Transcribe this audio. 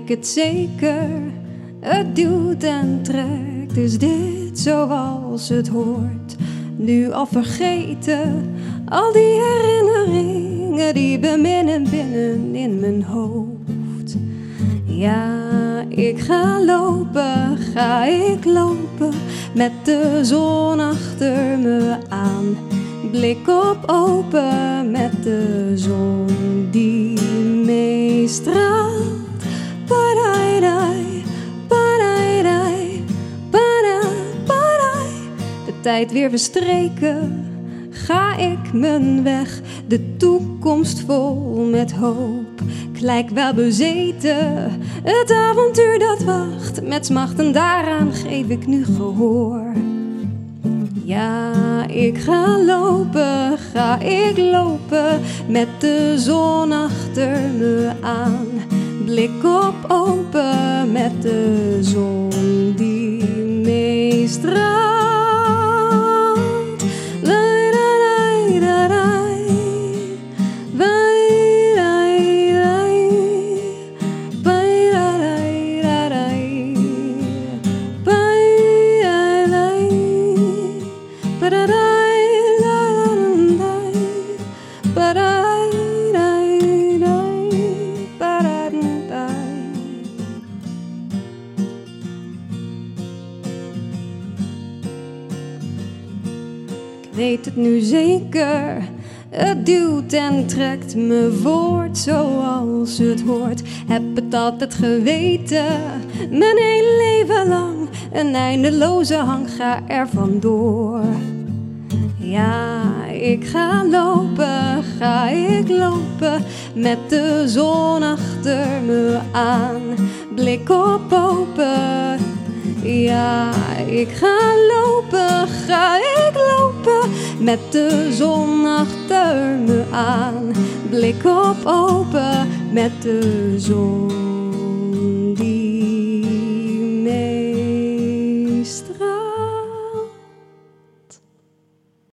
weet ik het zeker. Het duwt en trekt, is dit zoals het hoort. Nu al vergeten, al die herinneringen die beminnen binnen in mijn hoofd. Ja, ik ga ik lopen, met de zon achter me aan. Blik op open, met de zon die meestraalt. Padai, padai, padai. De tijd weer verstreken, ga ik mijn weg. De toekomst vol met hoop, gelijk wel bezeten. Het avontuur dat wacht, met smacht en daaraan geef ik nu gehoor. Ja, ik ga ik lopen, met de zon achter me aan. Blik op open, met de zon die meestraalt. Ik weet het nu zeker, het duwt en trekt me voort zoals het hoort. Heb het altijd geweten, mijn hele leven lang. Een eindeloze hang, ga er vandoor. Ja, ik ga ik lopen, met de zon achter me aan. Blik op open. Ja, ik ga ik lopen, met de zon achter me aan. Blik op open, met de zon.